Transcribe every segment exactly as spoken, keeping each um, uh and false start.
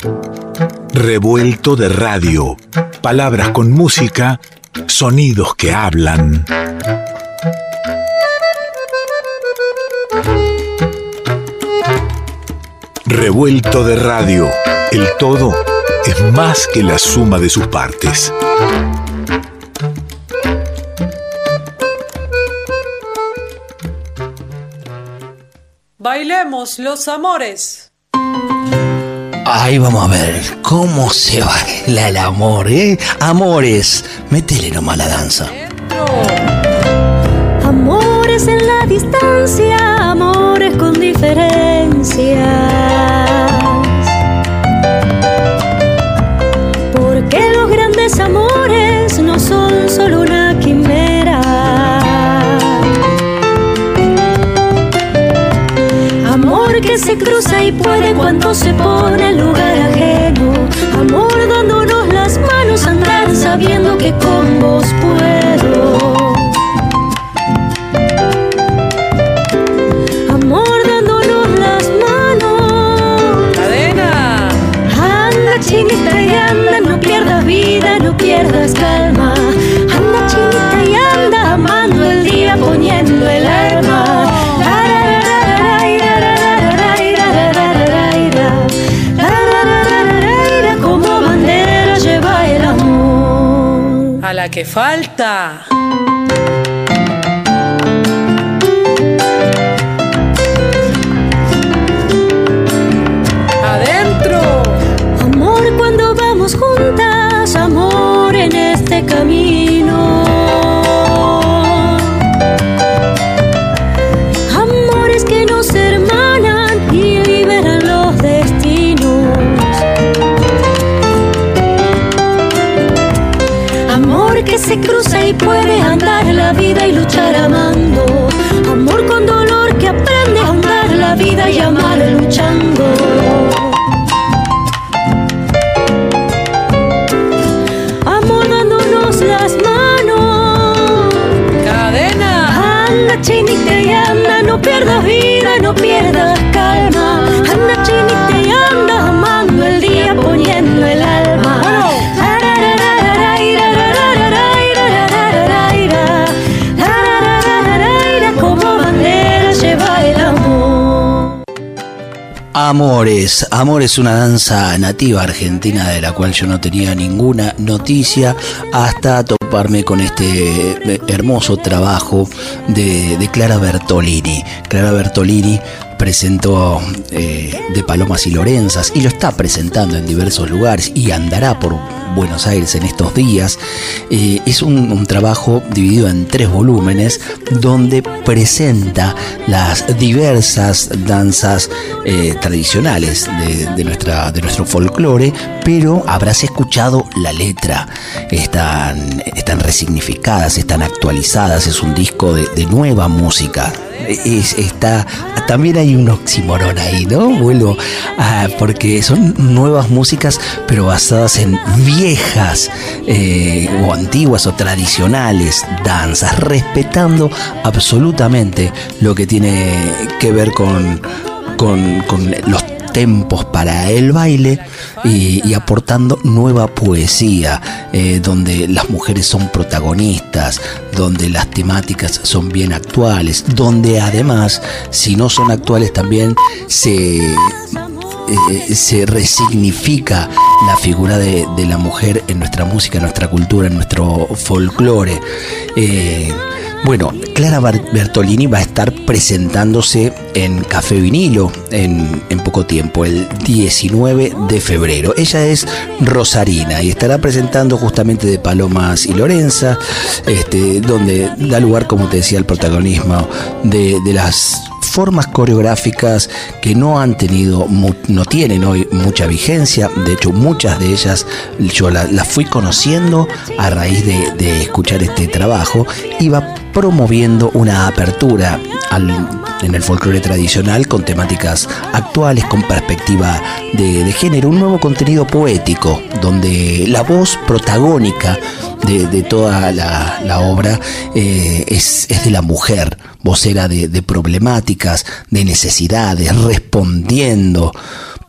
Revuelto de radio. Palabras con música, sonidos que hablan. Revuelto de radio. El todo es más que la suma de sus partes. Bailemos los amores. Ahí vamos a ver cómo se baila el amor, ¿eh? Amores, métele nomás la danza. Amores en la distancia, amores con diferencias. Porque los grandes amores no son solo una quimera. Amor que se cruza y puede cuando se pone en lugar ajeno. Amor dándonos las manos, andar sabiendo que con vos puedo. Amor dándonos las manos. Cadena. Anda chinita y anda, no pierdas vida, no pierdas calma. Anda chinita y anda, amando el día, poniendo el alma. A la que falta. Adentro. Amor cuando vamos juntas, amor en este camino. Amores que nos hermanan y liberan los destinos. Amor que se cruza y puede andar la vida y luchar amando. Amor con dolor que aprende a andar la vida y amar luchando. Amor dándonos las manos. Cadena. Anda chinita y anda, no pierdas vida, no pierdas calma. Anda chinita y anda, amando el día, poniendo el alma. Amores, Amores es una danza nativa argentina de la cual yo no tenía ninguna noticia hasta toparme con este hermoso trabajo de, de Clara Bertolini. Clara Bertolini presentó eh, De Palomas y Lorenzas y lo está presentando en diversos lugares y andará por Buenos Aires en estos días. Eh, es un, un trabajo dividido en tres volúmenes donde presenta las diversas danzas eh, tradicionales de, de, nuestra, de nuestro folclore, pero habrás escuchado la letra. Están, están resignificadas, están actualizadas, es un disco de, de nueva música. Es, está, también hay un oxímoron ahí, ¿no? Vuelvo a, porque son nuevas músicas, pero basadas en viejas eh, o antiguas o tradicionales danzas, respetando absolutamente lo que tiene que ver con, con, con los tempos para el baile y, y aportando nueva poesía, eh, donde las mujeres son protagonistas, donde las temáticas son bien actuales, donde además, si no son actuales, también se, eh, se resignifica la figura de, de la mujer en nuestra música, en nuestra cultura, en nuestro folclore. Eh, Bueno, Clara Bertolini va a estar presentándose en Café Vinilo en, en poco tiempo, el diecinueve de febrero. Ella es rosarina y estará presentando justamente De Palomas y Lorenza, este, donde da lugar, como te decía, el protagonismo de, de las formas coreográficas que no han tenido, no tienen hoy mucha vigencia. De hecho, muchas de ellas yo las la fui conociendo a raíz de, de escuchar este trabajo. Iba promoviendo una apertura al, en el folclore tradicional con temáticas actuales, con perspectiva de, de género, un nuevo contenido poético donde la voz protagónica de, de toda la, la obra eh, es, es de la mujer, vocera de, de problemáticas, de necesidades, respondiendo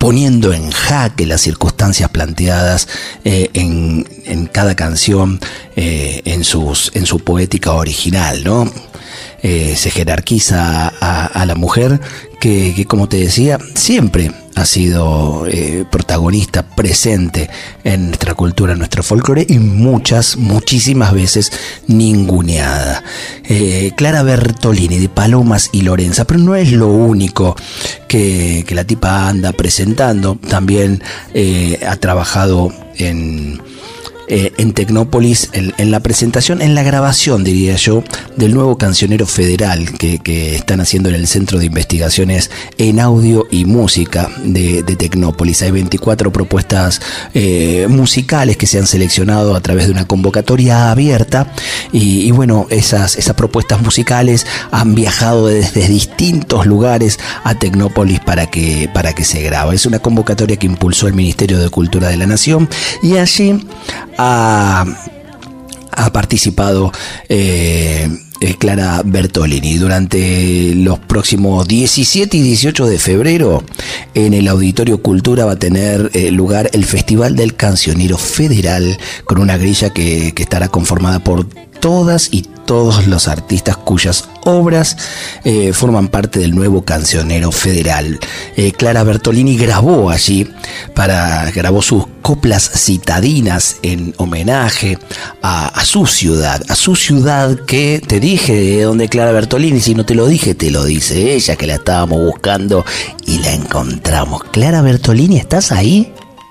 poniendo en jaque las circunstancias planteadas eh, en, en cada canción, eh, en, sus, en su poética original, ¿no? Eh, se jerarquiza a, a la mujer que, que, como te decía, siempre ha sido eh, protagonista, presente en nuestra cultura, en nuestro folclore, y muchas, muchísimas veces ninguneada. Eh, Clara Bertolini, de Palomas y Lorenza, pero no es lo único que, que la tipa anda presentando. También eh, ha trabajado en... Eh, en Tecnópolis, en, en la presentación, en la grabación, diría yo, del nuevo cancionero federal que, que están haciendo en el Centro de Investigaciones en Audio y Música de, de Tecnópolis. Hay veinticuatro propuestas eh, musicales que se han seleccionado a través de una convocatoria abierta y, y bueno, esas, esas propuestas musicales han viajado desde distintos lugares a Tecnópolis para que, para que se grabe. Es una convocatoria que impulsó el Ministerio de Cultura de la Nación y allí Ha, ha participado eh, Clara Bertolini. Durante los próximos diecisiete y dieciocho de febrero en el Auditorio Cultura va a tener eh, lugar el Festival del Cancionero Federal, con una grilla que, que estará conformada por todas y todos los artistas cuyas obras eh, forman parte del nuevo Cancionero Federal. Eh, Clara Bertolini grabó allí, para, grabó sus coplas citadinas en homenaje a, a su ciudad, a su ciudad que te dije de dónde Clara Bertolini, si no te lo dije, te lo dice ella, que la estábamos buscando y la encontramos. Clara Bertolini, ¿estás ahí?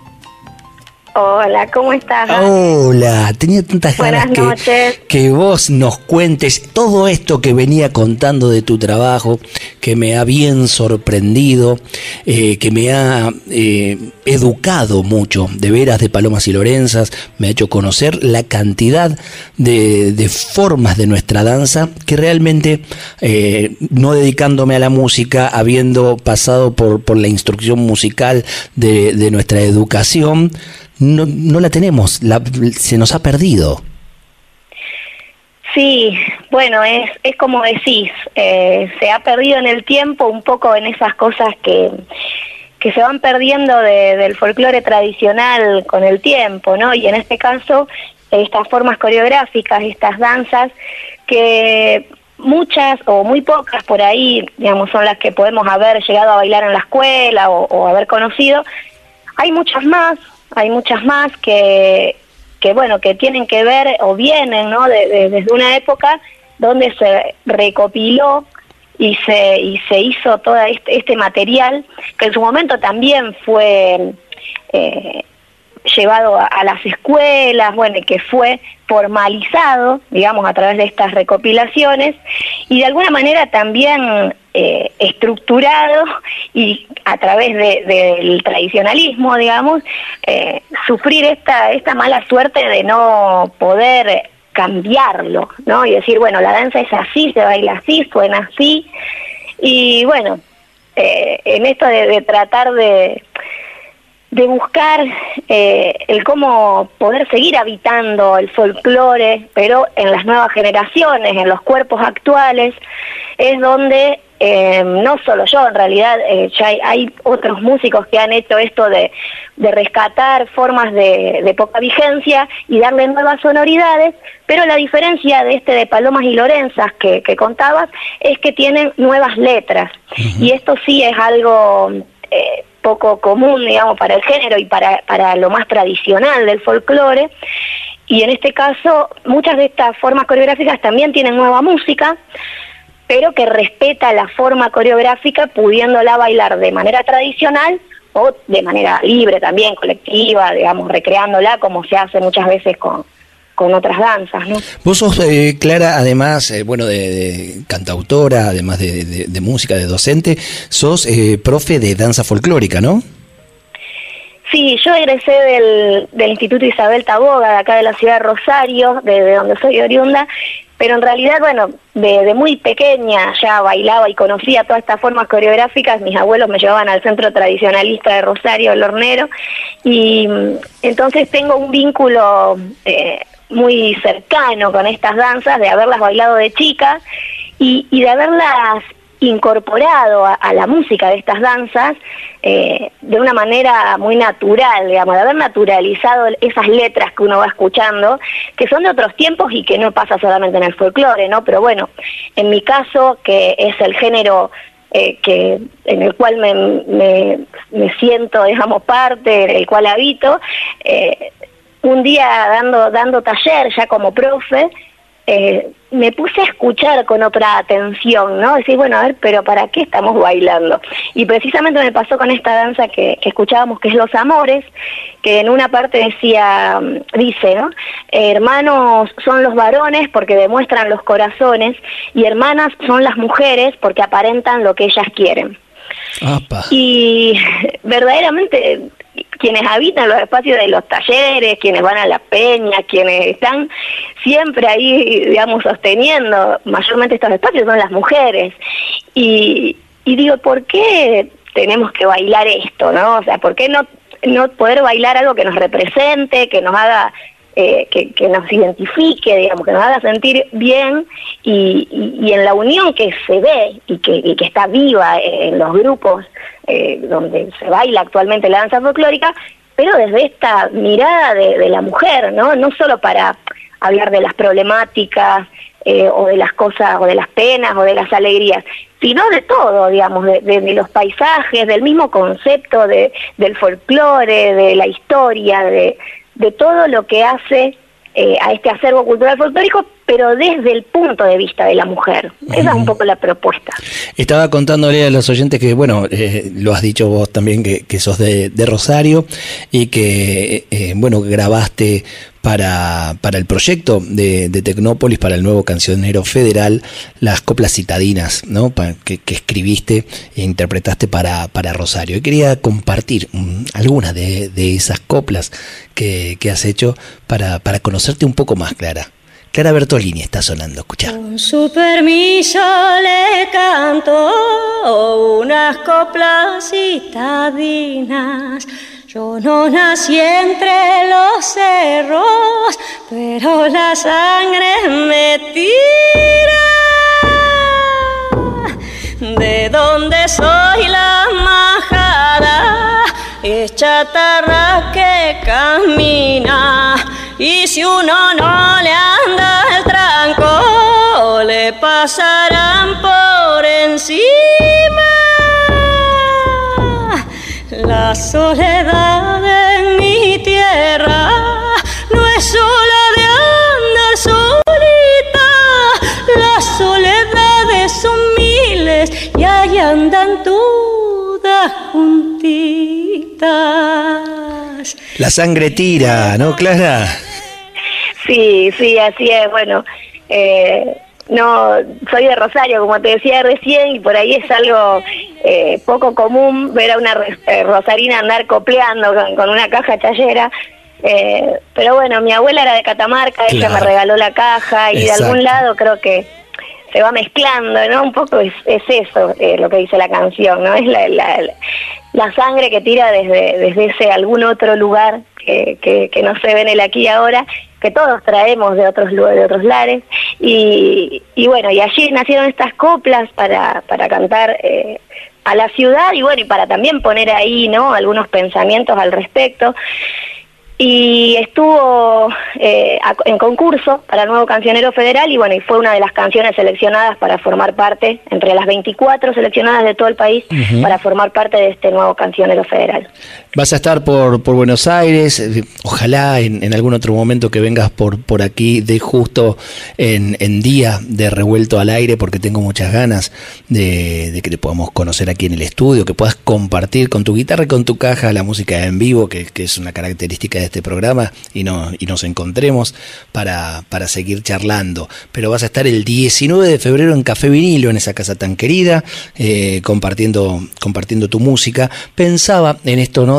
Hola, ¿cómo estás? Hola, tenía tantas Buenas ganas noches. que, que vos nos cuentes todo esto que venía contando de tu trabajo, que me ha bien sorprendido, eh, que me ha eh, educado mucho, de veras, de Palomas y Lorenzas, me ha hecho conocer la cantidad de, de formas de nuestra danza que realmente, eh, no dedicándome a la música, habiendo pasado por, por la instrucción musical de, de nuestra educación, No, no la tenemos, la, se nos ha perdido. Sí, bueno, es, es como decís, eh, se ha perdido en el tiempo, un poco en esas cosas que, que se van perdiendo de, del folclore tradicional con el tiempo, ¿no? Y en este caso, estas formas coreográficas, estas danzas, que muchas o muy pocas por ahí, digamos, son las que podemos haber llegado a bailar en la escuela o, o haber conocido. Hay muchas más. Hay muchas más que, que, bueno, que tienen que ver o vienen, ¿no? De, de, desde una época donde se recopiló y se, y se hizo todo este, este material, que en su momento también fue eh, llevado a, a las escuelas, bueno, y que fue formalizado, digamos, a través de estas recopilaciones, y de alguna manera también eh, estructurado y a través de, del tradicionalismo, digamos, eh, sufrir esta, esta mala suerte de no poder cambiarlo, ¿no? Y decir, bueno, la danza es así, se baila así, suena así, y bueno, eh, en esto de, de tratar de... de buscar eh, el cómo poder seguir habitando el folclore, pero en las nuevas generaciones, en los cuerpos actuales, es donde eh, no solo yo, en realidad eh, ya hay, hay otros músicos que han hecho esto de, de rescatar formas de, de poca vigencia y darle nuevas sonoridades, pero la diferencia de este de Palomas y Lorenzas que, que contabas es que tienen nuevas letras, uh-huh. Y esto sí es algo... Eh, poco común, digamos, para el género y para, para lo más tradicional del folclore, y en este caso muchas de estas formas coreográficas también tienen nueva música, pero que respeta la forma coreográfica, pudiéndola bailar de manera tradicional o de manera libre también, colectiva, digamos, recreándola como se hace muchas veces con con otras danzas, ¿no? Vos sos, eh, Clara, además, eh, bueno, de, de cantautora, además de, de, de música, de docente, sos eh, profe de danza folclórica, ¿no? Sí, yo egresé del, del Instituto Isabel Taboga, de acá de la ciudad de Rosario, de, de donde soy oriunda, pero en realidad, bueno, de, de muy pequeña ya bailaba y conocía todas estas formas coreográficas. Mis abuelos me llevaban al Centro Tradicionalista de Rosario, El Hornero, y entonces tengo un vínculo eh, muy cercano con estas danzas, de haberlas bailado de chica y, y de haberlas incorporado a, a la música de estas danzas eh, de una manera muy natural, digamos, de haber naturalizado esas letras que uno va escuchando, que son de otros tiempos y que no pasa solamente en el folclore, ¿no? Pero bueno, en mi caso, que es el género eh, que en el cual me, me, me siento, digamos, parte, en el cual habito, eh, un día dando, dando taller ya como profe, Eh, me puse a escuchar con otra atención, ¿no? Decir, bueno, a ver, pero ¿para qué estamos bailando? Y precisamente me pasó con esta danza que, que escuchábamos, que es Los Amores, que en una parte decía, dice, ¿no? Eh, hermanos son los varones porque demuestran los corazones, y hermanas son las mujeres porque aparentan lo que ellas quieren. Apa. Y verdaderamente quienes habitan los espacios de los talleres, quienes van a la peña, quienes están siempre ahí, digamos, sosteniendo mayormente estos espacios son las mujeres. Y, y digo, ¿por qué tenemos que bailar esto, no? O sea, ¿por qué no, no poder bailar algo que nos represente, que nos haga... Eh, que, que nos identifique, digamos, que nos haga sentir bien y, y, y en la unión que se ve y que, y que está viva en los grupos eh, donde se baila actualmente la danza folclórica, pero desde esta mirada de, de la mujer, ¿no? No solo para hablar de las problemáticas eh, o de las cosas, o de las penas, o de las alegrías, sino de todo, digamos, de, de, de los paisajes, del mismo concepto de, del folclore, de la historia, de de todo lo que hace eh, a este acervo cultural folclórico, pero desde el punto de vista de la mujer. Esa es un poco la propuesta. Estaba contándole a los oyentes que, bueno, eh, lo has dicho vos también, que, que sos de, de Rosario y que, eh, bueno, grabaste para, para el proyecto de, de Tecnópolis, para el nuevo cancionero federal, las coplas citadinas, ¿no? Pa, que, que escribiste e interpretaste para, para Rosario. Y quería compartir um, algunas de, de esas coplas que, que has hecho para, para conocerte un poco más, Clara. Clara Bertolini está sonando, escuchá. Con su permiso le canto unas coplas citadinas. Yo no nací entre los cerros, pero la sangre me tira. De donde soy la majada, es chatarra que camina. Y si uno no le anda el tranco, le pasarán por encima. La soledad en mi tierra no es sola de andar solita. Las soledades son miles y ahí andan todas juntitas. La sangre tira, ¿no, Clara? Sí, sí, así es. Bueno, eh, no, soy de Rosario, como te decía recién, y por ahí es algo eh, poco común ver a una eh, rosarina andar copleando con, con una caja chayera. Eh, pero bueno, mi abuela era de Catamarca, claro. Ella me regaló la caja y Exacto. De algún lado creo que se va mezclando, ¿no? Un poco es, es eso eh, lo que dice la canción, ¿no? Es la, la, la sangre que tira desde, desde ese algún otro lugar que, que, que no se ve en el aquí y ahora, que todos traemos de otros lugares, de otros lares, y, y bueno, y allí nacieron estas coplas para, para cantar eh, a la ciudad, y bueno, y para también poner ahí, ¿no? Algunos pensamientos al respecto. Y estuvo eh, en concurso para el nuevo cancionero federal y bueno, y fue una de las canciones seleccionadas para formar parte, entre las veinticuatro seleccionadas de todo el país, uh-huh. para formar parte de este nuevo cancionero federal. Vas a estar por, por Buenos Aires, ojalá en, en algún otro momento que vengas por, por aquí, de justo en, en día de Revuelto al Aire, porque tengo muchas ganas de, de que te podamos conocer aquí en el estudio, que puedas compartir con tu guitarra y con tu caja la música en vivo, que, que es una característica de este programa, y, no, y nos encontremos para, para seguir charlando. Pero vas a estar el diecinueve de febrero en Café Vinilo, en esa casa tan querida, eh, compartiendo, compartiendo tu música. Pensaba en esto, ¿no?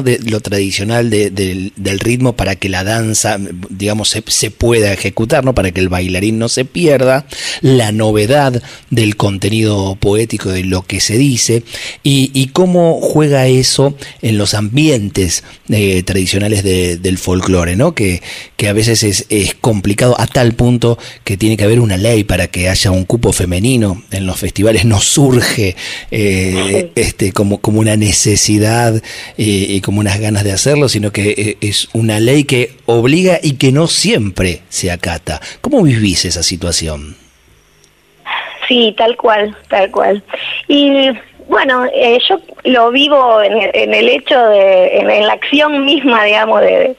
De lo tradicional de, de, del ritmo para que la danza, digamos, se, se pueda ejecutar, ¿no? Para que el bailarín no se pierda, la novedad del contenido poético, de lo que se dice, y, y cómo juega eso en los ambientes eh, tradicionales de, del folclore, ¿no? Que, que a veces es, es complicado a tal punto que tiene que haber una ley para que haya un cupo femenino en los festivales. No surge eh, este como, como una necesidad eh, y como unas ganas de hacerlo, sino que eh, es una ley que obliga y que no siempre se acata. ¿Cómo vivís esa situación? Sí, tal cual, tal cual. Y bueno, eh, yo lo vivo en, en el hecho de, en, en la acción misma, digamos, de...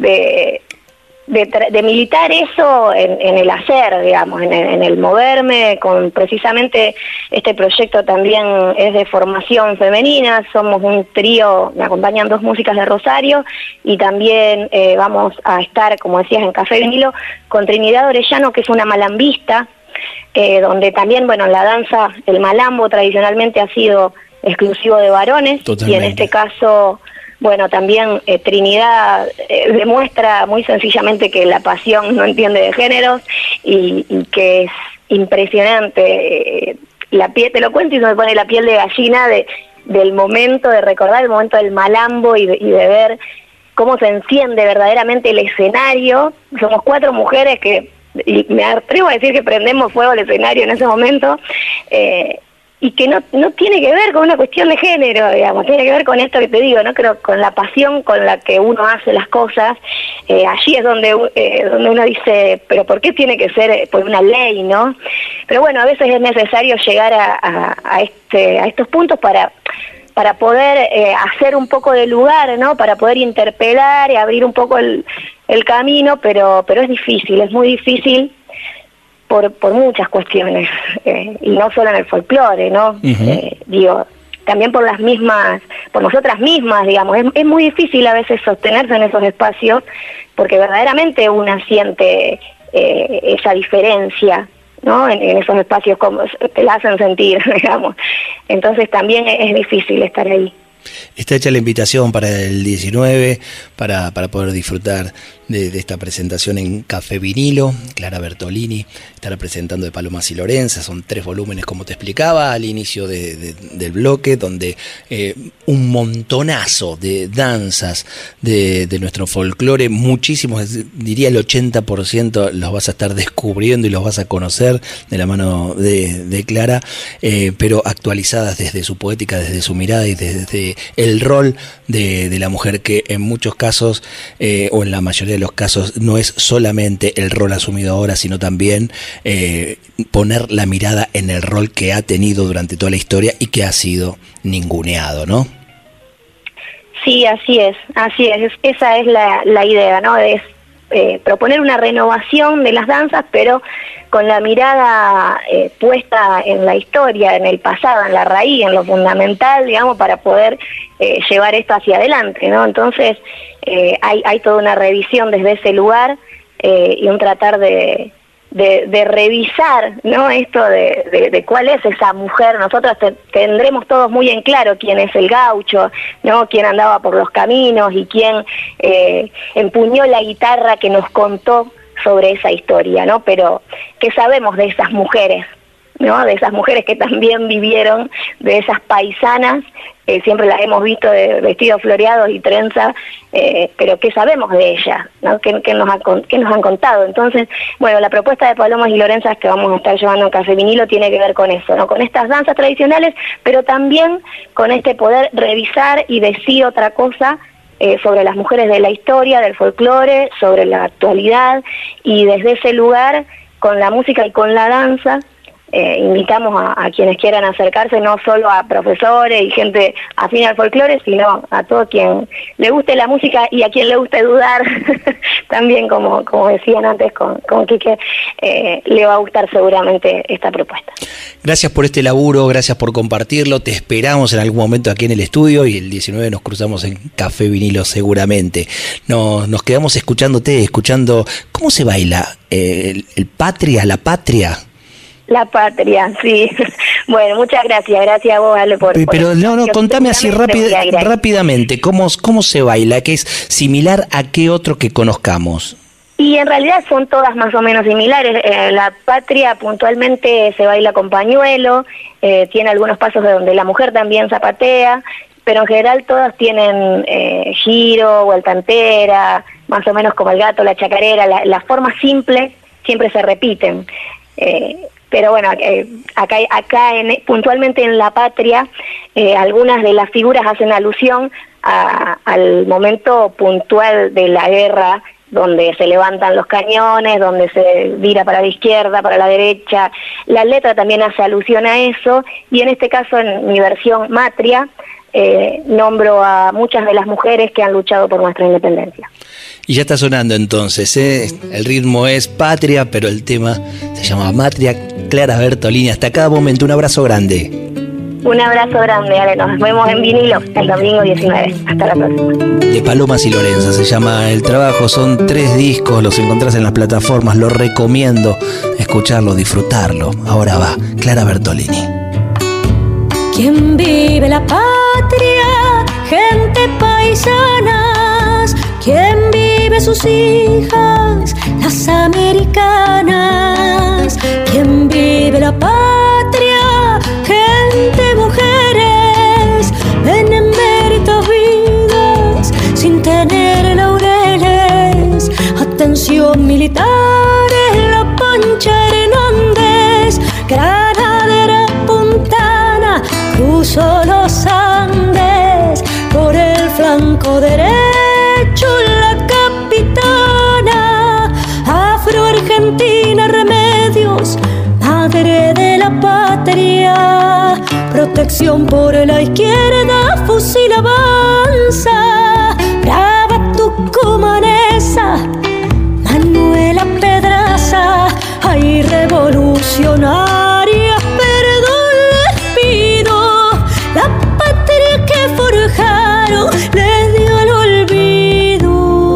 de De, de militar eso en, en el hacer, digamos, en el, en el moverme, con precisamente este proyecto también es de formación femenina, somos un trío, me acompañan dos músicas de Rosario, y también eh, vamos a estar, como decías, en Café Vinilo, con Trinidad Orellano, que es una malambista, eh, donde también, bueno, la danza, el malambo tradicionalmente ha sido exclusivo de varones. Totalmente. Y en este caso... Bueno, también eh, Trinidad eh, demuestra muy sencillamente que la pasión no entiende de géneros y, y que es impresionante. Eh, la piel, te lo cuento y se me pone la piel de gallina de, del momento, de recordar el momento del malambo y de, y de ver cómo se enciende verdaderamente el escenario. Somos cuatro mujeres que, y me atrevo a decir que prendemos fuego al escenario en ese momento, eh, y que no no tiene que ver con una cuestión de género, digamos, tiene que ver con esto que te digo, ¿no? Creo con la pasión con la que uno hace las cosas. Eh, allí es donde eh, donde uno dice, pero ¿por qué tiene que ser por una ley, no? Pero bueno, a veces es necesario llegar a, a, a este a estos puntos para para poder eh, hacer un poco de lugar, ¿no? Para poder interpelar y abrir un poco el, el camino, pero pero es difícil, es muy difícil. Por, por muchas cuestiones, eh, y no solo en el folclore, ¿no? Uh-huh. Eh, digo, también por las mismas, por nosotras mismas, digamos, es, es muy difícil a veces sostenerse en esos espacios, porque verdaderamente una siente eh, esa diferencia, ¿no? En, en esos espacios como te la hacen sentir, digamos. Entonces también es, es difícil estar ahí. Está hecha la invitación para el diecinueve, para, para poder disfrutar de, de esta presentación en Café Vinilo. Clara Bertolini estará presentando de Palomas y Lorenza. Son tres volúmenes, como te explicaba al inicio de, de, del bloque, donde eh, un montonazo de danzas de, de nuestro folclore, muchísimos, diría el ochenta por ciento los vas a estar descubriendo y los vas a conocer de la mano de, de Clara, eh, pero actualizadas desde su poética, desde su mirada y desde el rol de, de la mujer, que en muchos casos, eh, o en la mayoría de los casos, no es solamente el rol asumido ahora, sino también eh, poner la mirada en el rol que ha tenido durante toda la historia y que ha sido ninguneado, ¿no? Sí, así es, así es, esa es la, la idea, ¿no? Es eh, proponer una renovación de las danzas, pero con la mirada eh, puesta en la historia, en el pasado, en la raíz, en lo fundamental, digamos, para poder eh, llevar esto hacia adelante, ¿no? Entonces eh, hay, hay toda una revisión desde ese lugar eh, y un tratar de, de, de revisar, ¿no? Esto de, de, de cuál es esa mujer. Nosotros te, tendremos todos muy en claro quién es el gaucho, ¿no? Quién andaba por los caminos y quién eh, empuñó la guitarra que nos contó sobre esa historia, ¿no? Pero ¿qué sabemos de esas mujeres, ¿no? De esas mujeres que también vivieron, de esas paisanas, eh, siempre las hemos visto de vestidos floreados y trenza, eh, pero ¿qué sabemos de ellas, ¿no? ¿Qué, qué, nos ha, ¿Qué nos han contado? Entonces, bueno, la propuesta de Palomas y Lorenzas que vamos a estar llevando en Café Vinilo tiene que ver con eso, ¿no? Con estas danzas tradicionales, pero también con este poder revisar y decir otra cosa Eh, sobre las mujeres de la historia, del folclore, sobre la actualidad, y desde ese lugar, con la música y con la danza, eh, invitamos a, a quienes quieran acercarse, no solo a profesores y gente afín al folclore, sino a todo quien le guste la música y a quien le guste dudar, también como, como decían antes con, con Quique, eh, le va a gustar seguramente esta propuesta. Gracias por este laburo, gracias por compartirlo, te esperamos en algún momento aquí en el estudio y el diecinueve nos cruzamos en Café Vinilo seguramente. Nos, nos quedamos escuchándote, escuchando cómo se baila eh, el, el patria, la patria. La patria, sí. Bueno, muchas gracias, gracias a vos, Ale, por... Pero por no, no, contame así rápid, rápidamente, ¿cómo, ¿cómo se baila? ¿Que es similar a qué otro que conozcamos? Y en realidad son todas más o menos similares. Eh, la patria puntualmente se baila con pañuelo, eh, tiene algunos pasos de donde la mujer también zapatea, pero en general todas tienen eh, giro, vuelta entera, más o menos como el gato, la chacarera, la, las formas simples siempre se repiten. Eh, pero bueno, eh, acá, acá en, puntualmente en la patria, eh, algunas de las figuras hacen alusión a, al momento puntual de la guerra, donde se levantan los cañones, donde se vira para la izquierda, para la derecha. La letra también hace alusión a eso, y en este caso, en mi versión matria, eh, nombro a muchas de las mujeres que han luchado por nuestra independencia. Y ya está sonando entonces, ¿eh? El ritmo es Patria, pero el tema se llama Matria. Clara Bertolini, hasta cada momento, un abrazo grande. Un abrazo grande, Ale, nos vemos en vinilo el domingo diecinueve. Hasta la próxima. De Palomas y Lorenza se llama el trabajo, son tres discos, los encontrás en las plataformas, lo recomiendo escucharlo, disfrutarlo. Ahora va, Clara Bertolini. ¿Quién vive la patria? Gente paisanas. ¿Quién vive sus hijas? Las americanas. ¿Quién vive la patria? Gente, mujeres, beneméritas vidas, sin tener laureles. Atención, militares, la Pancha Hernández, granadera puntana, cruzó los Andes, por el flanco derecho la capitana, afro-argentina Remedios, madre de la patria, protección por la izquierda, fusil avanza, brava tucumanesa, Manuela Pedraza, hay revolucionarias, perdón les pido, la patria que forjaron les dio el olvido.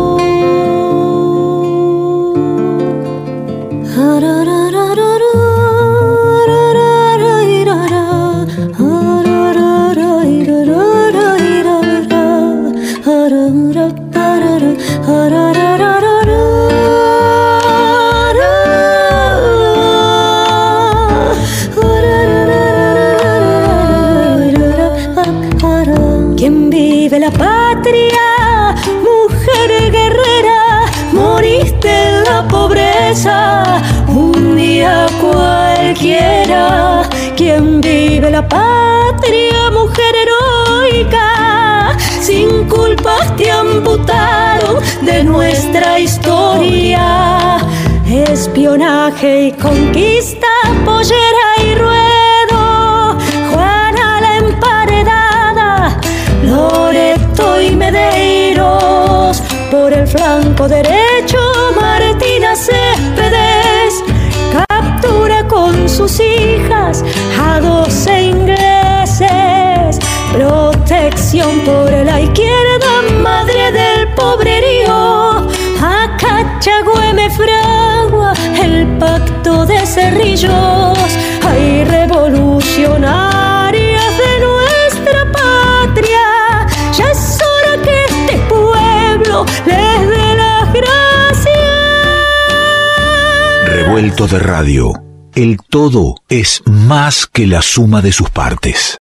¿Quién vive la patria? Mujer guerrera, moriste en la pobreza un día cualquiera. ¿Quién vive la patria? Mujer heroica, sin culpas te amputaron de nuestra historia. Espionaje y conquista, pollera y ruedo, Juana la emparedada, Loreto y Medeiros, por el flanco derecho Martina Céspedes, captura con sus hijas a doce ingleses, protección por la izquierda, madre del pobrerío, a Cachagüe fragua el pacto de Cerrillos, hay revolucionarias de nuestra patria, ya es hora que este pueblo les dé las gracias. Revuelto de Radio. El todo es más que la suma de sus partes.